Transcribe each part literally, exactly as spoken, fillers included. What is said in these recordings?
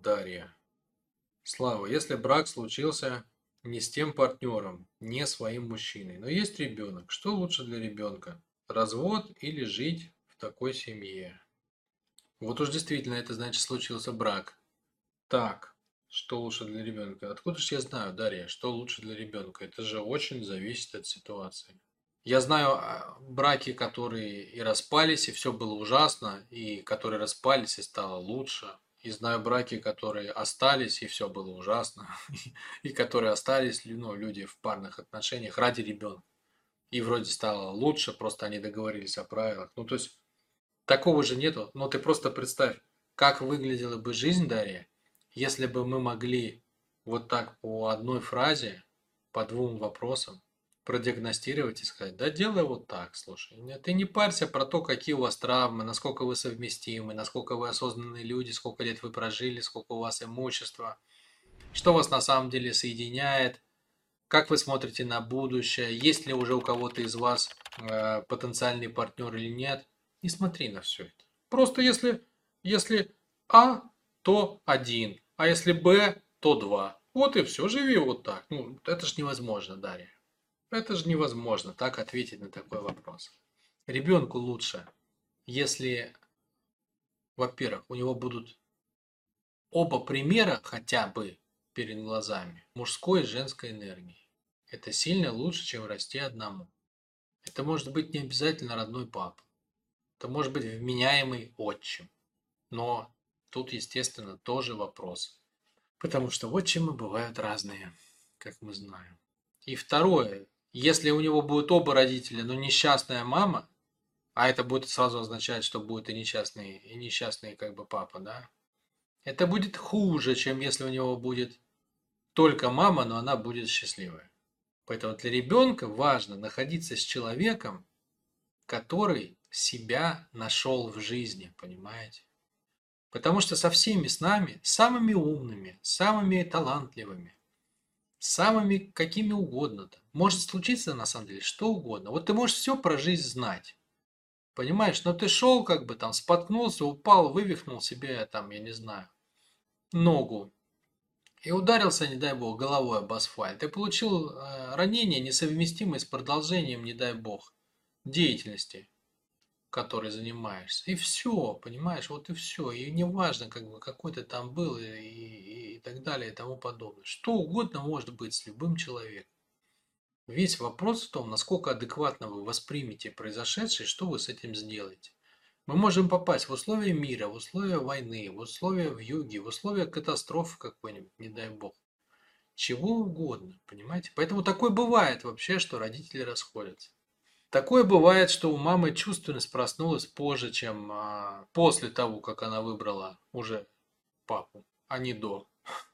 Дарья. Слава, если брак случился не с тем партнером, не своим мужчиной, но есть ребенок, что лучше для ребенка? Развод или жить в такой семье? Вот уж действительно это значит случился брак. Так, что лучше для ребенка? Откуда же я знаю, Дарья, что лучше для ребенка? Это же очень зависит от ситуации. Я знаю а, браки, которые и распались, и все было ужасно, и которые распались, и стало лучше. И знаю браки, которые остались, и все было ужасно. И которые остались, ну, люди в парных отношениях ради ребенка. И вроде стало лучше, просто они договорились о правилах. Ну, то есть, такого же нету. Но ты просто представь, как выглядела бы жизнь, Дарья, если бы мы могли вот так по одной фразе, по двум вопросам продиагностировать и сказать, да делай вот так, слушай, не- ты не парься про то, какие у вас травмы, насколько вы совместимы, насколько вы осознанные люди, сколько лет вы прожили, сколько у вас имущества, что вас на самом деле соединяет, как вы смотрите на будущее, есть ли уже у кого-то из вас э, потенциальный партнер или нет. Не смотри на все это. Просто если, если А, то один, а если Б, то два. Вот и все, живи вот так. Ну, это же невозможно, Дарья. Это же невозможно так ответить на такой вопрос. Ребенку лучше, если, во-первых, у него будут оба примера хотя бы перед глазами мужской и женской энергии. Это сильно лучше, чем расти одному. Это может быть не обязательно родной папа. Это может быть вменяемый отчим. Но тут, естественно, тоже вопрос. Потому что отчимы бывают разные, как мы знаем. И второе. Если у него будут оба родителя, но несчастная мама, а это будет сразу означать, что будет и несчастный, и несчастный как бы папа, да? Это будет хуже, чем если у него будет только мама, но она будет счастливая. Поэтому для ребенка важно находиться с человеком, который себя нашел в жизни, понимаете? Потому что со всеми с нами, самыми умными, самыми талантливыми, самыми какими угодно-то, может случиться на самом деле что угодно. Вот ты можешь все про жизнь знать, понимаешь? Но ты шел как бы там, споткнулся, упал, вывихнул себе там, я не знаю, ногу. И ударился, не дай бог, головой об асфальт. И получил э, ранение, несовместимое с продолжением, не дай бог, деятельности, которой занимаешься. И все, понимаешь, вот и все. И не важно, как бы, какой ты там был и, и, и так далее и тому подобное. Что угодно может быть с любым человеком. Весь вопрос в том, насколько адекватно вы воспримете произошедшее, что вы с этим сделаете. Мы можем попасть в условия мира, в условия войны, в условия вьюги, в условия катастрофы какой-нибудь, не дай бог. Чего угодно, понимаете? Поэтому такое бывает вообще, что родители расходятся. Такое бывает, что у мамы чувственность проснулась позже, чем а, после того, как она выбрала уже папу, а не до.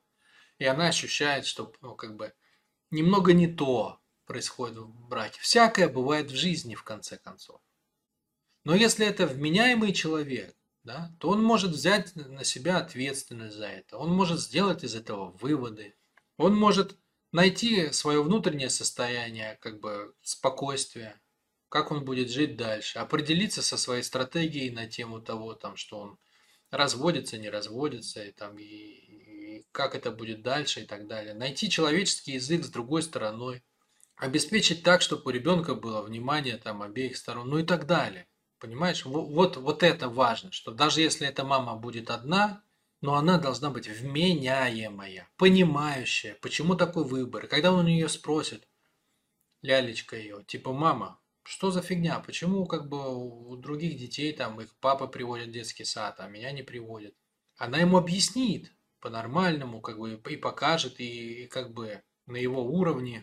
И она ощущает, что ну, как бы немного не то происходит в браке. Всякое бывает в жизни, в конце концов. Но если это вменяемый человек, да, то он может взять на себя ответственность за это. Он может сделать из этого выводы. Он может найти свое внутреннее состояние, как бы спокойствия, как он будет жить дальше, определиться со своей стратегией на тему того, там, что он разводится, не разводится, и, там, и, и как это будет дальше и так далее. Найти человеческий язык с другой стороной, обеспечить так, чтобы у ребенка было внимание там обеих сторон, ну и так далее. Понимаешь, вот, вот это важно, что даже если эта мама будет одна, но она должна быть вменяемая, понимающая, почему такой выбор. И когда он ее спросит, лялечка ее, типа, мама, что за фигня, почему как бы у других детей там их папа приводит в детский сад, а меня не приводит. Она ему объяснит по-нормальному, как бы, и покажет, и, и как бы на его уровне,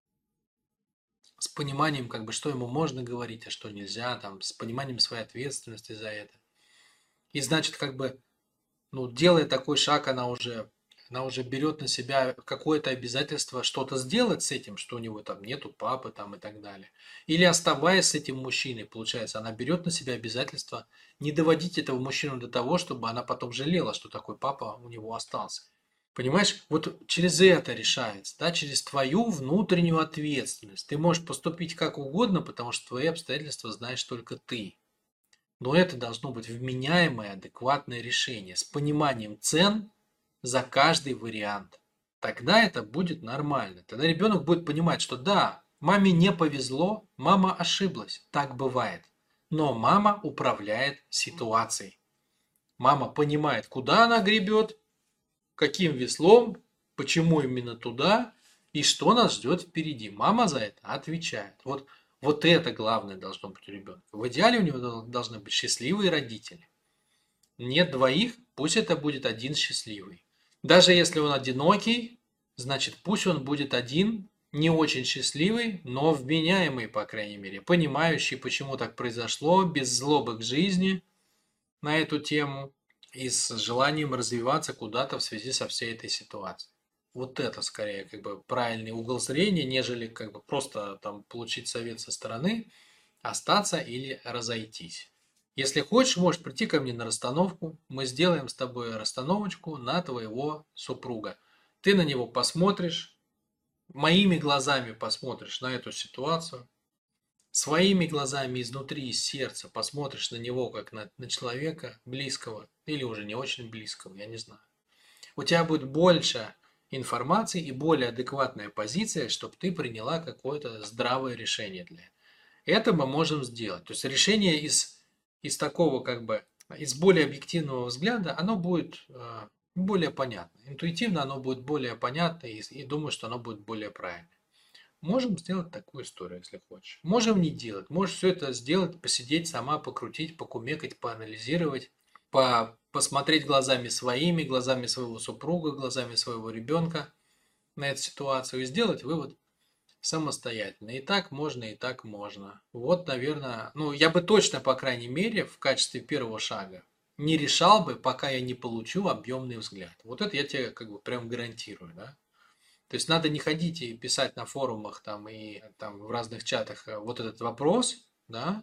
с пониманием, как бы, что ему можно говорить, а что нельзя, там, с пониманием своей ответственности за это. И значит, как бы, ну, делая такой шаг, она уже, она уже берет на себя какое-то обязательство что-то сделать с этим, что у него там нету папы там и так далее. Или оставаясь с этим мужчиной, получается, она берет на себя обязательство не доводить этого мужчину до того, чтобы она потом жалела, что такой папа у него остался. Понимаешь, вот через это решается, да, через твою внутреннюю ответственность. Ты можешь поступить как угодно, потому что твои обстоятельства знаешь только ты. Но это должно быть вменяемое, адекватное решение с пониманием цен за каждый вариант. Тогда это будет нормально. Тогда ребенок будет понимать, что да, маме не повезло, мама ошиблась. Так бывает. Но мама управляет ситуацией. Мама понимает, куда она гребет, каким веслом, почему именно туда и что нас ждет впереди. Мама за это отвечает. Вот, вот это главное должно быть у ребенка. В идеале у него должны быть счастливые родители. Нет двоих, пусть это будет один счастливый. Даже если он одинокий, значит пусть он будет один, не очень счастливый, но вменяемый, по крайней мере, понимающий, почему так произошло, без злобы к жизни на эту тему и с желанием развиваться куда-то в связи со всей этой ситуацией. Вот это скорее как бы правильный угол зрения, нежели как бы просто там получить совет со стороны, остаться или разойтись. Если хочешь, можешь прийти ко мне на расстановку, мы сделаем с тобой расстановочку на твоего супруга. Ты на него посмотришь, моими глазами посмотришь на эту ситуацию, своими глазами изнутри, из сердца посмотришь на него, как на, на человека близкого или уже не очень близкого, я не знаю. У тебя будет больше информации и более адекватная позиция, чтобы ты приняла какое-то здравое решение для этого. Это мы можем сделать. То есть решение из, из такого как бы, из более объективного взгляда, оно будет э, более понятно. Интуитивно оно будет более понятно и, и думаю, что оно будет более правильно. Можем сделать такую историю, если хочешь. Можем не делать. Можешь все это сделать, посидеть сама, покрутить, покумекать, поанализировать, по, посмотреть глазами своими, глазами своего супруга, глазами своего ребенка на эту ситуацию и сделать вывод самостоятельно. И так можно, и так можно. Вот, наверное, ну, я бы точно, по крайней мере, в качестве первого шага не решал бы, пока я не получу объемный взгляд. Вот это я тебе как бы прям гарантирую, да. То есть надо не ходить и писать на форумах там и там в разных чатах вот этот вопрос, да,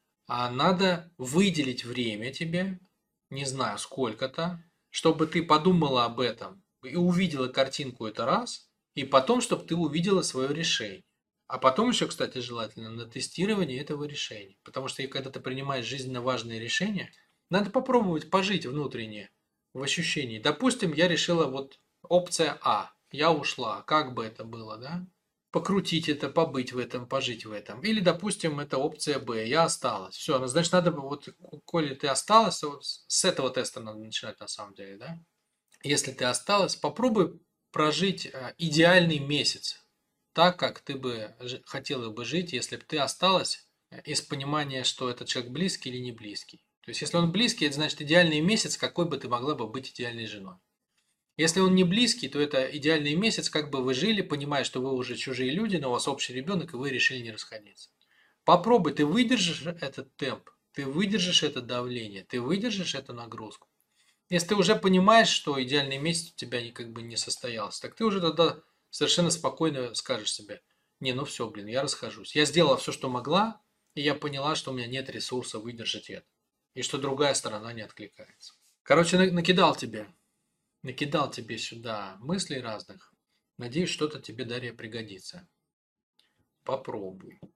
а надо выделить время тебе, не знаю сколько-то, чтобы ты подумала об этом и увидела картинку это раз, и потом, чтобы ты увидела свое решение. А потом еще, кстати, желательно на тестирование этого решения. Потому что когда ты принимаешь жизненно важные решения, надо попробовать пожить внутренне в ощущении. Допустим, я решила вот опция А. Я ушла. Как бы это было, да? Покрутить это, побыть в этом, пожить в этом. Или, допустим, это опция Б. Я осталась. Все, ну, значит, надо, вот, коли ты осталась, вот с этого теста надо начинать на самом деле, да? Если ты осталась, попробуй прожить идеальный месяц, так, как ты бы хотела бы жить, если бы ты осталась из понимания, что этот человек близкий или не близкий. То есть, если он близкий, это значит идеальный месяц, какой бы ты могла бы быть идеальной женой. Если он не близкий, то это идеальный месяц, как бы вы жили, понимая, что вы уже чужие люди, но у вас общий ребенок, и вы решили не расходиться. Попробуй, ты выдержишь этот темп, ты выдержишь это давление, ты выдержишь эту нагрузку. Если ты уже понимаешь, что идеальный месяц у тебя как бы не состоялся, так ты уже тогда совершенно спокойно скажешь себе, не, ну все, блин, я расхожусь. Я сделала все, что могла, и я поняла, что у меня нет ресурса выдержать это. И что другая сторона не откликается. Короче, накидал тебе. Накидал тебе сюда мыслей разных. Надеюсь, что-то тебе, Дарья, пригодится. Попробуй.